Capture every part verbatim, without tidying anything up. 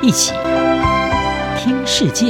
一起听世界。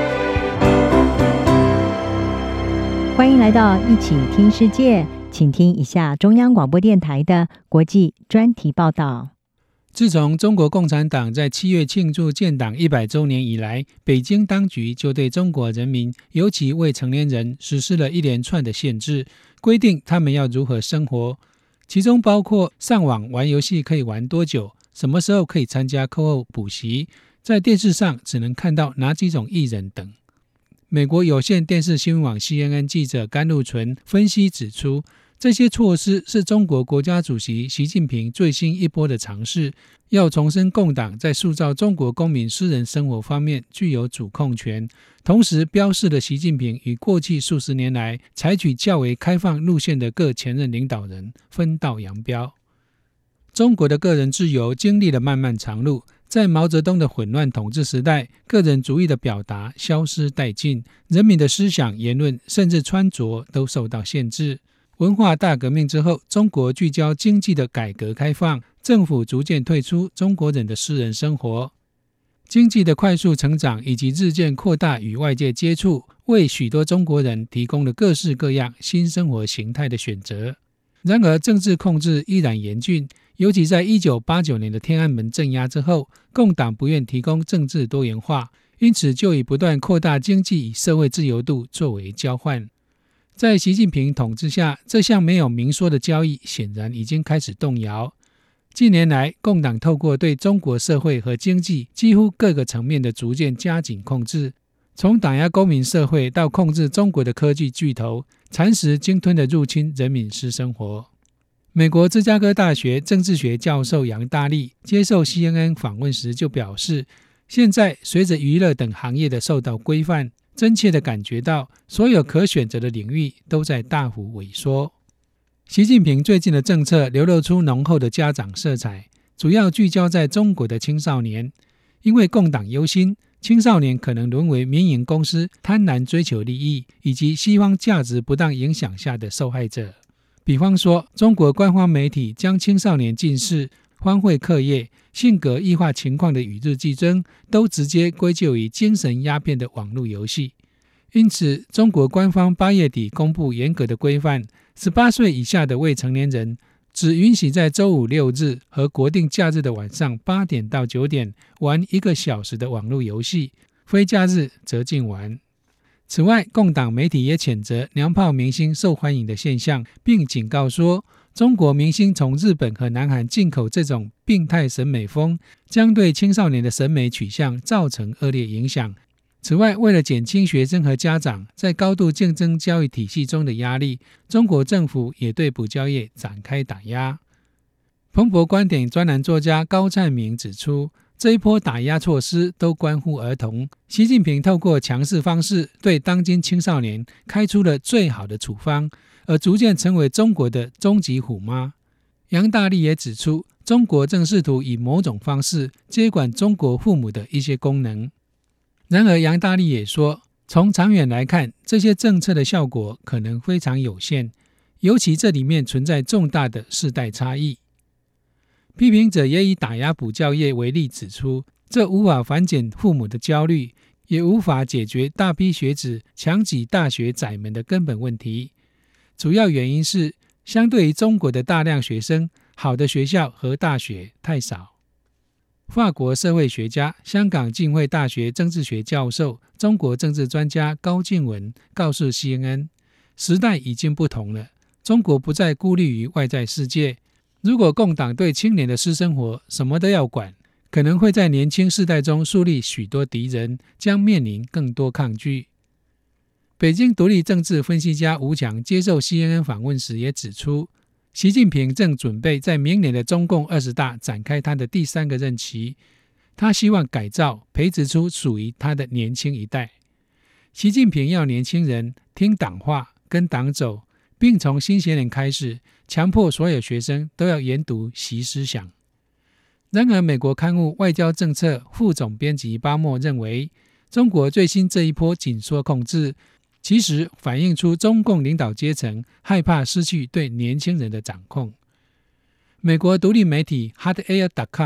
欢迎来到一起听世界，请听一下中央广播电台的国际专题报道。 自从中国共产党在七月庆祝建党一百周年以来，北京当局就对中国人民，尤其未成年人实施了一连串的限制，规定他们要如何生活，其中包括上网玩游戏可以玩多久，什么时候可以参加课后补习，在电视上只能看到哪几种艺人等。美国有线电视新闻网 C N N 记者甘露纯分析指出，这些措施是中国国家主席习近平最新一波的尝试，要重申共党在塑造中国公民私人生活方面具有主控权，同时标示了习近平与过去数十年来采取较为开放路线的各前任领导人分道扬镳。中国的个人自由经历了漫漫长路，在毛泽东的混乱统治时代，个人主义的表达消失殆尽，人民的思想、言论甚至穿着都受到限制。文化大革命之后，中国聚焦经济的改革开放，政府逐渐退出中国人的私人生活。经济的快速成长以及日渐扩大与外界接触，为许多中国人提供了各式各样新生活形态的选择。然而政治控制依然严峻，尤其在一九八九年的天安门镇压之后，共党不愿提供政治多元化，因此就以不断扩大经济与社会自由度作为交换。在习近平统治下，这项没有明说的交易显然已经开始动摇。近年来，共党透过对中国社会和经济几乎各个层面的逐渐加紧控制，从打压公民社会到控制中国的科技巨头，蚕食鲸吞的入侵人民私生活。美国芝加哥大学政治学教授杨大力接受 C N N 访问时就表示，现在随着娱乐等行业的受到规范，真切地感觉到所有可选择的领域都在大幅萎缩。习近平最近的政策流露出浓厚的家长色彩，主要聚焦在中国的青少年。因为共党忧心青少年可能沦为民营公司贪婪追求利益以及西方价值不当影响下的受害者。比方说，中国官方媒体将青少年近视、荒废课业、性格异化情况的与日俱增，都直接归咎于精神鸦片的网络游戏。因此，中国官方八月底公布严格的规范，十八岁以下的未成年人只允许在周五六日和国定假日的晚上八点到九点玩一个小时的网络游戏，非假日则禁玩。此外，共党媒体也谴责娘炮明星受欢迎的现象，并警告说，中国明星从日本和南韩进口这种病态审美风，将对青少年的审美取向造成恶劣影响。此外，为了减轻学生和家长在高度竞争教育体系中的压力，中国政府也对补教业展开打压。彭博观点专栏作家高灿明指出，这一波打压措施都关乎儿童。习近平透过强势方式对当今青少年开出了最好的处方，而逐渐成为中国的终极虎妈。杨大力也指出，中国正试图以某种方式接管中国父母的一些功能。然而，杨大力也说，从长远来看，这些政策的效果可能非常有限，尤其这里面存在重大的世代差异。批评者也以打压补教业为例指出，这无法缓解父母的焦虑，也无法解决大批学子强挤大学窄门的根本问题。主要原因是，相对于中国的大量学生，好的学校和大学太少。法国社会学家、香港浸会大学政治学教授、中国政治专家高静文告诉 C N N， 时代已经不同了，中国不再孤立于外在世界。如果共党对青年的私生活什么都要管，可能会在年轻世代中树立许多敌人，将面临更多抗拒。北京独立政治分析家吴强接受 C N N 访问时也指出，习近平正准备在明年的中共二十大展开他的第三个任期，他希望改造培植出属于他的年轻一代。习近平要年轻人听党话，跟党走，并从新学年开始强迫所有学生都要研读习思想。然而，美国刊物《外交政策》副总编辑巴默认为，中国最新这一波紧缩控制其实反映出中共领导阶层害怕失去对年轻人的掌控。美国独立媒体 hot air dot com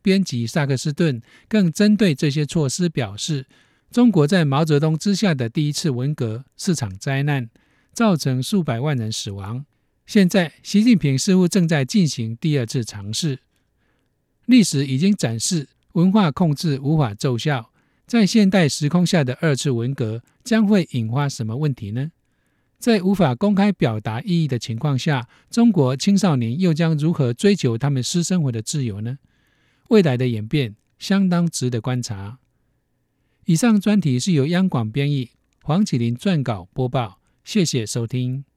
编辑萨克斯顿更针对这些措施表示，中国在毛泽东之下的第一次文革是场灾难，造成数百万人死亡。现在习近平似乎正在进行第二次尝试。历史已经展示文化控制无法奏效，在现代时空下的二次文革将会引发什么问题呢？在无法公开表达意义的情况下，中国青少年又将如何追求他们私生活的自由呢？未来的演变相当值得观察。以上专题是由央广编译，黄启麟撰稿播报，谢谢收听。